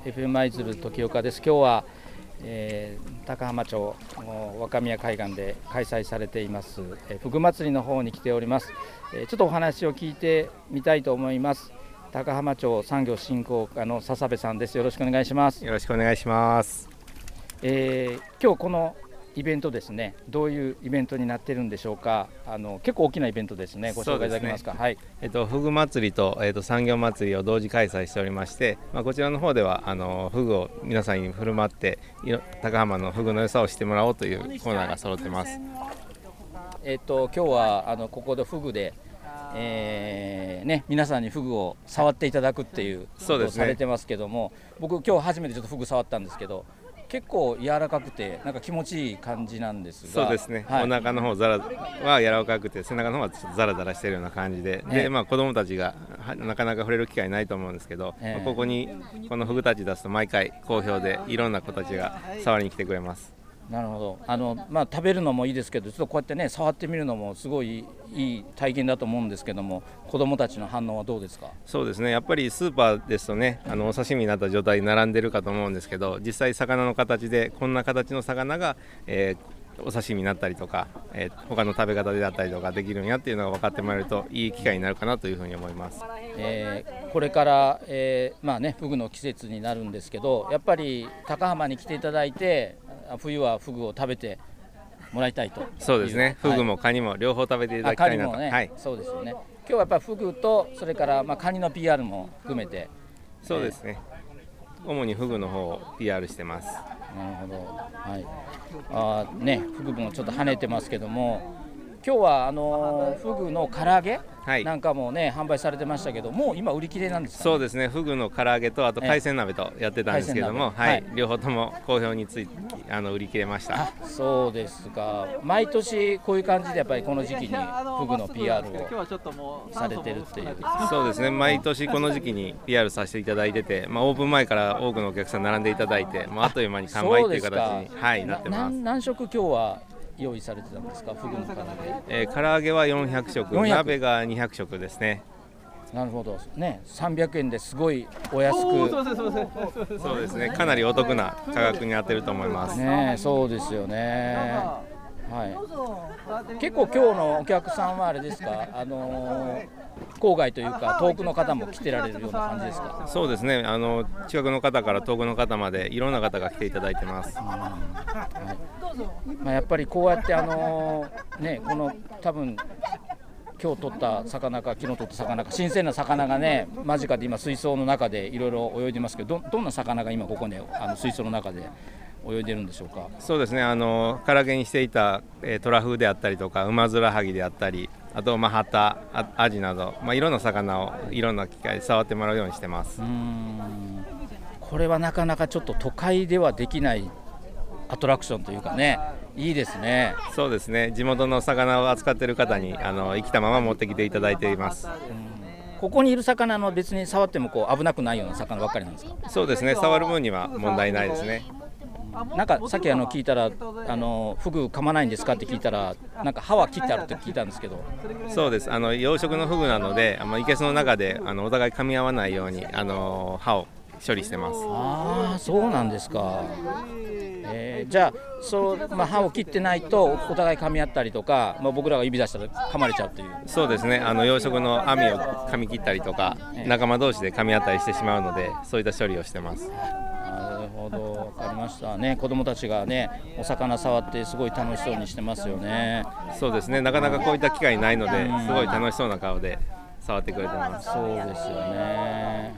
FM 舞鶴時岡です。今日は、高浜町若宮海岸で開催されています、ふぐ祭りの方に来ております。ちょっとお話を聞いてみたいと思います。高浜町産業振興課の笹部さんです。よろしくお願いします。 よろしくお願いします。 今日このイベントですね、どういうイベントになっているんでしょうか。結構大きなイベントですね。ご紹介いただけますか。はい。 ふぐ祭りと、産業祭りを同時開催しておりまして、こちらの方ではふぐを皆さんに振る舞って高浜のふぐの良さを知ってもらおうというコーナーが揃ってます。 今日はここでふぐで、皆さんにふぐを触っていただくっていうことをされてますけども、僕今日初めてちょっとふぐ触ったんですけど、結構柔らかくてなんか気持ちいい感じなんですが。 そうですね、はい、お腹の方は柔らかくて背中の方はちょっとザラザラしているような感じで、子どもたちがなかなか触れる機会ないと思うんですけど、ここにこのふぐたち出すと毎回好評でいろんな子たちが触りに来てくれます。 なるほど。食べるのもいいですけど、ちょっとこうやってね触ってみるのもすごいいい体験だと思うんですけども、子どもたちの反応はどうですか。 そうですね、やっぱりスーパーですとね、お刺身になった状態に並んでるかと思うんですけど、実際魚の形でこんな形の魚が、お刺身になったりとか、他の食べ方であったりとかできるんやっていうのが分かってもらえるといい機会になるかなというふうに思います。 これから、フグの季節になるんですけど、やっぱり高浜に来ていただいて冬はフグを食べてもらいたいと。 そうですね、フグもカニも両方食べていただきたいなと。 はい、そうですよね。今日はやっぱりフグとそれから、カニの PR も含めて。 そうですね、主にフグの方を PR してます。 なるほど。はい。フグもちょっと跳ねてますけども、今日はフグの唐揚げなんかもね、販売されてましたけど、もう今売り切れなんですか。 そうですね、フグの唐揚げとあと海鮮鍋とやってたんですけども、両方とも好評について売り切れました。 そうですか。毎年こういう感じでやっぱりこの時期にフグの PR をされてるっていう。 そうですね、毎年この時期に PR させていただいてて、オープン前から多くのお客さん並んでいただいて、あっという間に完売という形に、なってます。 何食今日は用意されてたんですか、フグの唐揚げ。 唐揚げは400食、鍋が200食ですね。 なるほどね、300円ですごいお安く。 そうですね、かなりお得な価格になってると思いますね。そうですよね。はい。結構今日のお客さんはあれですか、郊外というか遠くの方も来てられるような感じですか。 そうですね、近くの方から遠くの方までいろんな方が来ていただいてます。 やっぱりこうやってこの多分今日取った魚か昨日取った魚か新鮮な魚がね間近で今水槽の中でいろいろ泳いでますけど、どんな魚が今ここね水槽の中で泳いでるんでしょうか。 そうですね、唐揚げにしていた、トラフであったりとかウマヅラハギであったり、あとハタ、アジなど、いろんな魚をいろんな機会で触ってもらうようにしてます。 これはなかなかちょっと都会ではできないアトラクションというかね、いいですね。 そうですね、地元の魚を扱っている方に生きたまま持ってきていただいています。 ここにいる魚の別に触っても危なくないような魚ばっかりなんですか。 そうですね、触る分には問題ないですね。 なんかさっき聞いたらフグ噛まないんですかって聞いたら、なんか歯は切ってあるって聞いたんですけど。 そうです、養殖のフグなので生けすの中でお互い噛み合わないように歯を処理してます。 そうなんですか。じゃあ歯を切ってないとお互い噛み合ったりとか、僕らが指出したら噛まれちゃうっていう。 そうですね、養殖の網を噛み切ったりとか、仲間同士で噛み合ったりしてしまうので、そういった処理をしてます。 なるほど、分かりましたね。子どもたちがねお魚触ってすごい楽しそうにしてますよね。 そうですね、なかなかこういった機会ないので、すごい楽しそうな顔で触ってくれてます。 そうですよね。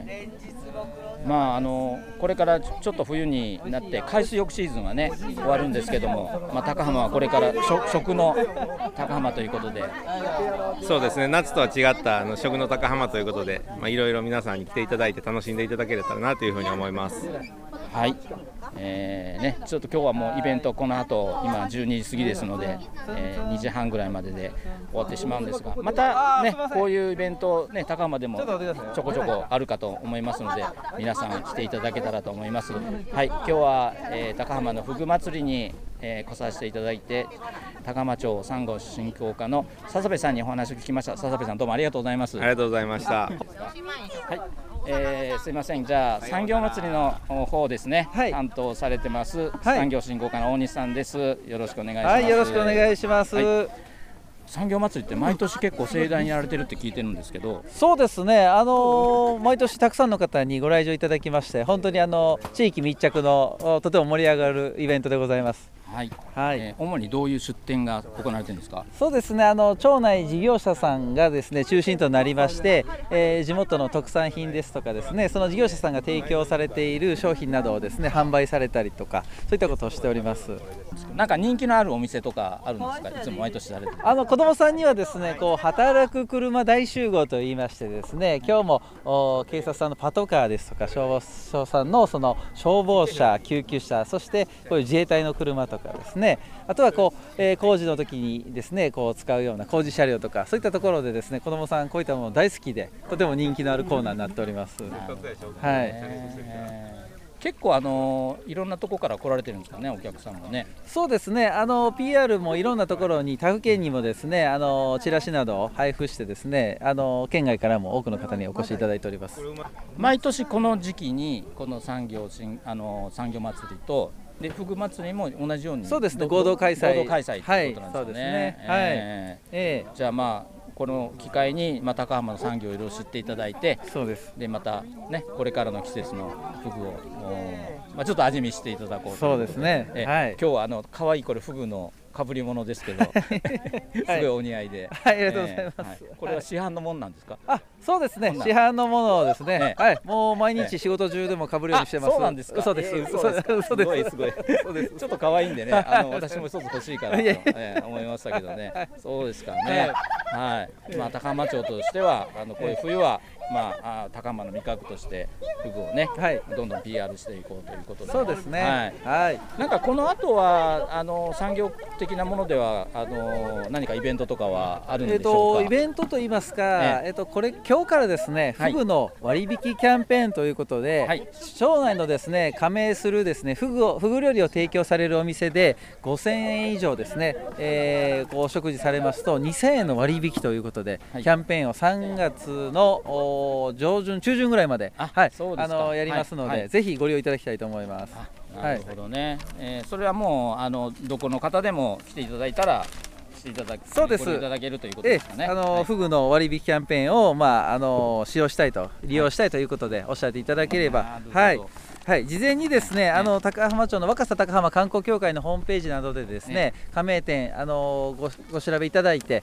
これからちょっと冬になって海水浴シーズンはね終わるんですけども、高浜はこれから食の高浜ということで。 そうですね、夏とは違った食の高浜ということで、いろいろ皆さんに来ていただいて楽しんでいただければなというふうに思います。 はい。ちょっと今日はもうイベントこの後今12時過ぎですので、2時半ぐらいまでで終わってしまうんですが、またねこういうイベントね高浜でもちょこちょこあるかと思いますので、皆さん来ていただけたらと思います。はい、今日は、高浜のふぐ祭りに、来させていただいて、高浜町産業振興課の笹部さんにお話を聞きました。笹部さんどうもありがとうございます。 ありがとうございました。 はい、 すいません、じゃあ産業祭りの方ですね、 はい、 担当されてます、 はい、 産業振興課の大西さんです。よろしくお願いします。 はい、よろしくお願いします。はい、 産業祭りって毎年結構盛大にやられてるって聞いてるんですけど。 そうですね、毎年たくさんの方にご来場いただきまして、本当に地域密着のとても盛り上がるイベントでございます。 はい、 はい、 主にどういう出店が行われてるんですか？ そうですね、町内事業者さんがですね中心となりまして、地元の特産品ですとかですね、その事業者さんが提供されている商品などをですね販売されたりとか、そういったことをしております。 なんか人気のあるお店とかあるんですか？いつも毎年されてる。 子どもさんにはですね、働く車大集合といいましてですね、今日も警察さんのパトカーですとか消防さんのその消防車、救急車、そしてこういう自衛隊の車とかですね、あとは工事の時にですね使うような工事車両とか、そういったところでですね子どもさんこういったもの大好きで、とても人気のあるコーナーになっております。はい、 結構いろんなところから来られてるんですかね、お客さんもね。 そうですね、PR もいろんなところに、他府県にもですねチラシなどを配布してですね県外からも多くの方にお越しいただいております。 毎年この時期にこの産業祭りとでフグ祭りも同じように、 そうですね、合同開催ということなんですね。 はい、そうですね。じゃあこの機会に高浜の産業をいろいろ知っていただいて、 そうです。 でまたねこれからの季節のフグをちょっと味見していただこうと。 そうですね。 はい。今日は可愛いこれフグの被り物ですけどすごいお似合いで、 はい、ありがとうございます。 これは市販のものなんですか？ そうですね、市販のものをですね、はい、もう毎日仕事中でも被るようにしてます。 そうなんですか？ 嘘です。 すごいすごい。ちょっと可愛いんでね、私も一つ欲しいかなと思いましたけどね。そうですかね。はい。高浜町としてはこういう冬は高浜の味覚としてフグをね、どんどん PR していこうということで。 そうですね。はい。 なんかこの後は産業的なものでは何かイベントとかはあるんでしょうか？ イベントといいますか、今日からですね、フグの割引キャンペーンということで、町内のですね加盟するですねフグ料理を提供されるお店で5000円以上ですね、お食事されますと2000円の割引ということで、キャンペーンを3月の上旬中旬ぐらいまでやりますので、ぜひご利用いただきたいと思います。 なるほどね。それはもうどこの方でも来ていただいたらしていただそうです。 ご利用いただけるということですかね。 フグの割引キャンペーンを使用したいと利用したいということでおっしゃっていただければ、はい、事前にですね高浜町の若狭高浜観光協会のホームページなどでですね加盟店ご調べいただいて、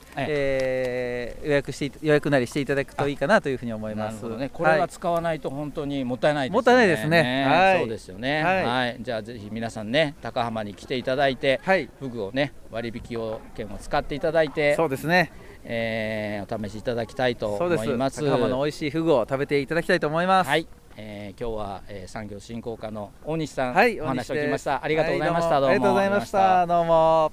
予約なりしていただくといいかなというふうに思います。 なるほどね。これは使わないと本当にもったいないですね。 もったいないですね。はい、 そうですよね。はい。じゃあぜひ皆さんね高浜に来ていただいて、フグをね割引券を使っていただいて、 そうですね。 お試しいただきたいと思います。 高浜の美味しいフグを食べていただきたいと思います。 はい。今日は、産業振興課の大西さん、お話を聞きました。ありがとうございました。 どうもありがとうございました。どうも。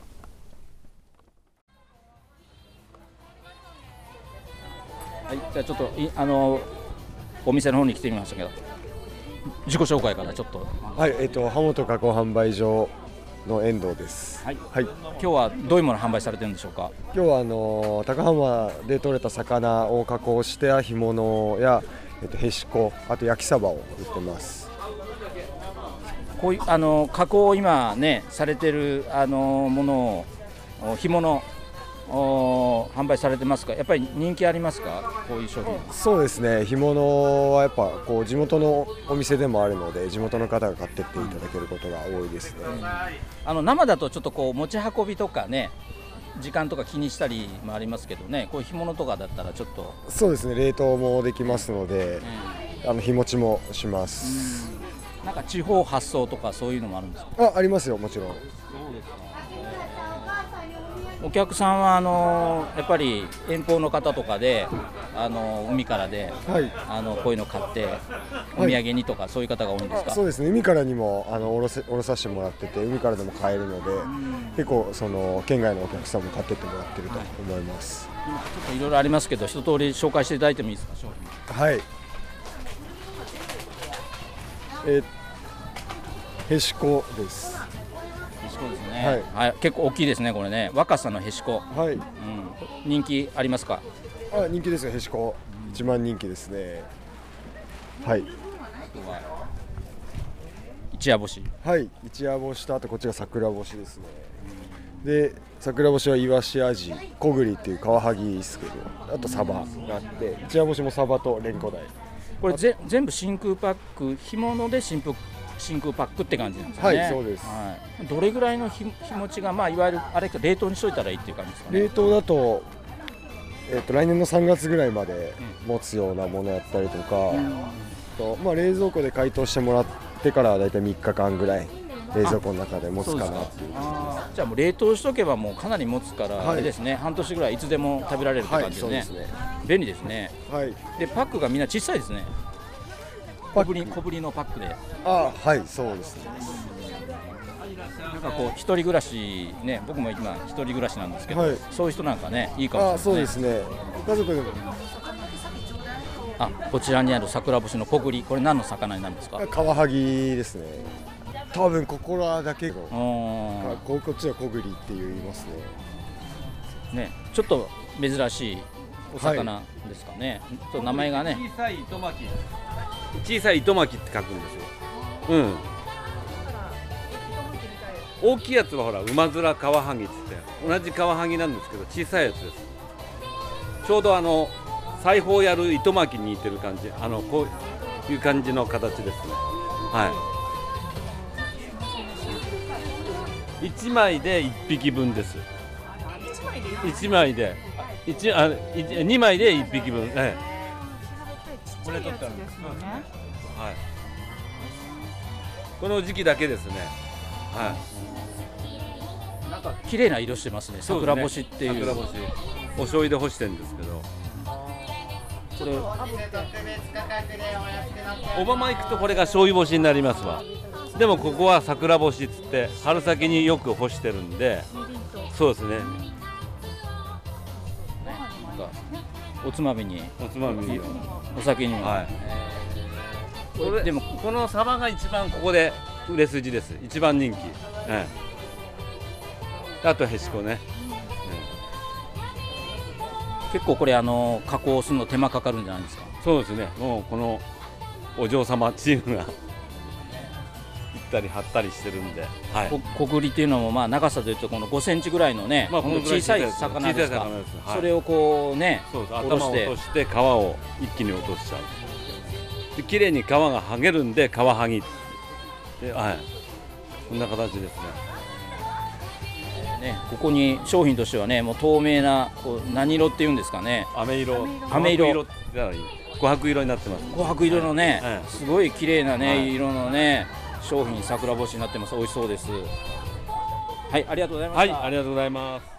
はい、じゃあちょっとお店の方に来てみましたけど、自己紹介からちょっと。 はい、刃本加工販売所の遠藤です。 はい。今日はどういうもの販売されてるんでしょうか？ 今日は高浜で採れた魚を加工した干物やへしこ、あと焼きサバを売ってます。 こういう加工を今ねされてるものを干物販売されてますか？やっぱり人気ありますか？こういう商品。 そうですね。干物はやっぱ地元のお店でもあるので、地元の方が買ってっていただけることが多いですね。 生だとちょっと持ち運びとかね。時間とか気にしたりもありますけどね、こういう干物とかだったらちょっと。 そうですね、冷凍もできますので、日持ちもします。 なんか地方発送とかそういうのもあるんですか？ ありますよ、もちろん。 そうですか。お客さんはやっぱり遠方の方とかで海からで、こういうの買ってお土産にとか、そういう方が多いんですか？ そうですね、海からにもおろさせてもらってて、海からでも買えるので、結構県外のお客さんも買ってってもらってると思います。 今ちょっといろいろありますけど、一通り紹介していただいてもいいですか？商品。 はい。へしこです。 へしこですね。はい。結構大きいですね、これね。若狭のへしこ。 はい。 人気ありますか？ 人気ですよ、へしこ。一番人気ですね。 はい。 一夜干し。 はい。一夜干しとあとこっちが桜干しですね。で桜干しはイワシ、アジ、小栗っていうカワハギですけど、あとサバがあって、一夜干しもサバとレンコダイ。 これ全部真空パック、干物で真空パックって感じなんですね。 はい、そうです。 はい、どれぐらいの日持ちが、まあ、いわゆるあれか冷凍にしといたらいいっていう感じですかね。 冷凍だと、来年の3月ぐらいまで持つようなものやったりとか、まあ、冷蔵庫で解凍してもらってからだいたい3日間ぐらい冷蔵庫の中で持つかなっていう。 じゃあもう冷凍しとけばもうかなり持つから、はい、あれですね、半年ぐらいいつでも食べられるって感じですね。はい、そうですね。便利ですね。はい。でパックがみんな小さいですね。小ぶりのパックで。 はい、そうですね。 なんかこう一人暮らしね、僕も今一人暮らしなんですけど、はい、そういう人なんかねいいかもしれないですね。 そうですね。家族でも。 こちらにある桜干しの小栗、これ何の魚になるんですか？ カワハギですね。多分ここらだけの。こっちは小栗って言いますね。ね、ちょっと珍しいお魚ですかね。ちょっと名前がね。 小さい糸巻き。小さい糸巻きって書くんですよ。うん。大きいやつはほら馬面カワハギって言って同じカワハギなんですけど小さいやつです。ちょうど裁縫やる糸巻きに似てる感じ、こういう感じの形ですね。はい。1枚で1匹分です。1枚で2枚で1匹分。これ取ってあるんですね。はい。この時期だけですね。はい。 なんか綺麗な色してますね。桜干しっていう。 桜干し。お醤油で干してるんですけど。これ。小浜行くとこれが醤油干しになりますわ。でもここは桜干しっつって春先によく干してるんで。そうですね。 おつまみに。お酒にも。はい。 でもこのサバが一番ここで売れ筋です。一番人気。あとへしこね。 結構これ加工するの手間かかるんじゃないですか？ そうですね。もうこのお嬢様チームが行ったり張ったりしてるんで。はい。 小栗っていうのもまあ長さでいうとこの5センチぐらいのね、この小さい魚ですか。それをこうね、 頭を落として皮を一気に落としちゃう。で綺麗に皮が剥げるんで皮剥ぎで、はい、こんな形ですね。ここに商品としてはね、もう透明な何色っていうんですかね。 飴色。琥珀色になってます。 琥珀色のね、すごい綺麗なね、色のね商品桜干しになってます。美味しそうです。はい、ありがとうございました。 はい、ありがとうございます。